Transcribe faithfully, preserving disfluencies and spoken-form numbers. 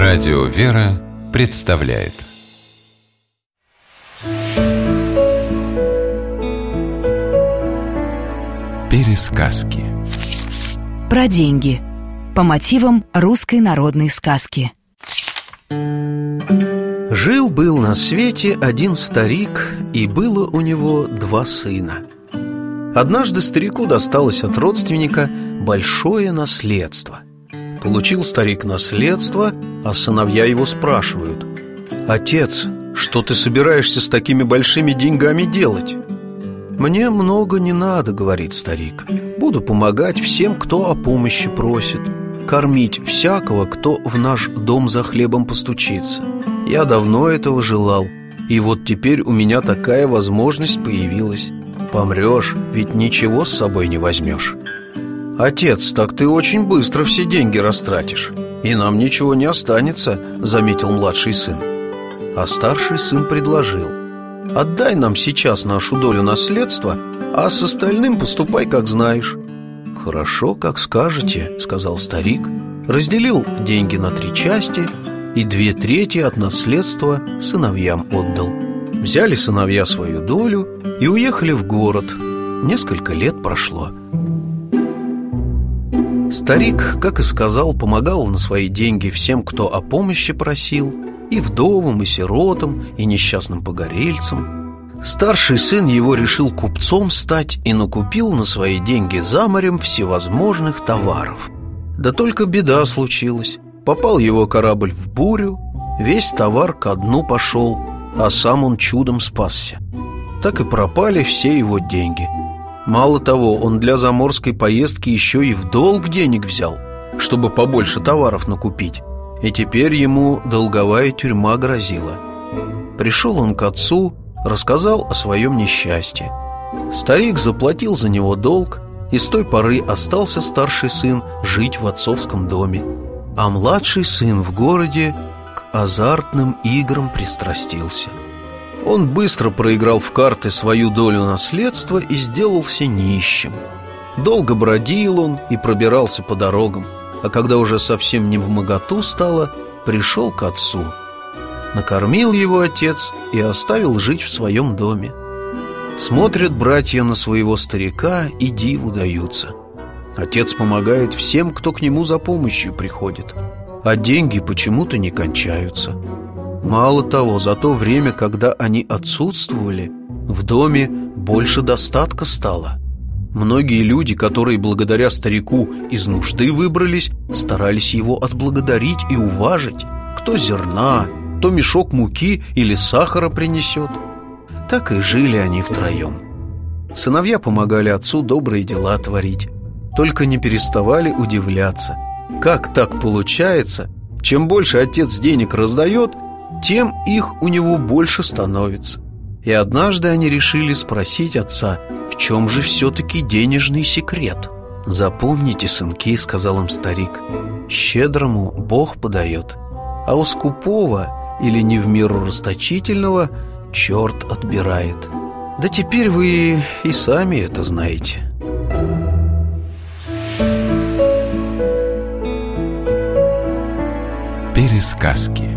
Радио «Вера» представляет Пересказки. Про деньги. По мотивам русской народной сказки. Жил-был на свете один старик, и было у него два сына. Однажды старику досталось от родственника большое наследство. Получил старик наследство, а сыновья его спрашивают: «Отец, что ты собираешься с такими большими деньгами делать?» «Мне много не надо, — говорит старик. Буду помогать всем, кто о помощи просит, кормить всякого, кто в наш дом за хлебом постучится. Я давно этого желал, и вот теперь у меня такая возможность появилась. Помрешь, ведь ничего с собой не возьмешь». «Отец, так ты очень быстро все деньги растратишь, и нам ничего не останется, — заметил младший сын. А старший сын предложил: «Отдай нам сейчас нашу долю наследства, а с остальным поступай, как знаешь». «Хорошо, как скажете, — сказал старик, разделил деньги на три части и две трети от наследства сыновьям отдал. Взяли сыновья свою долю и уехали в город. Несколько лет прошло. Старик, как и сказал, помогал на свои деньги всем, кто о помощи просил, и вдовам, и сиротам, и несчастным погорельцам. Старший сын его решил купцом стать и накупил на свои деньги за морем всевозможных товаров. Да только беда случилась. Попал его корабль в бурю, весь товар ко дну пошел, а сам он чудом спасся. Так и пропали все его деньги. Мало того, он для заморской поездки еще и в долг денег взял, чтобы побольше товаров накупить, и теперь ему долговая тюрьма грозила. Пришел он к отцу, рассказал о своем несчастье. Старик заплатил за него долг, и с той поры остался старший сын жить в отцовском доме, а младший сын в городе к азартным играм пристрастился. Он быстро проиграл в карты свою долю наследства и сделался нищим. Долго бродил он и пробирался по дорогам, а когда уже совсем невмоготу стало, пришел к отцу. Накормил его отец и оставил жить в своем доме. Смотрят братья на своего старика и диву даются. Отец помогает всем, кто к нему за помощью приходит, а деньги почему-то не кончаются. Мало того, за то время, когда они отсутствовали, в доме больше достатка стало. Многие люди, которые благодаря старику из нужды выбрались, старались его отблагодарить и уважить. Кто зерна, кто мешок муки или сахара принесет. Так и жили они втроем. Сыновья помогали отцу добрые дела творить, только не переставали удивляться, как так получается: чем больше отец денег раздает, тем их у него больше становится. И однажды они решили спросить отца, в чем же все-таки денежный секрет. «Запомните, сынки, — сказал им старик, — щедрому Бог подает, а у скупого или не в меру расточительного черт отбирает. Да теперь вы и сами это знаете». Пересказки.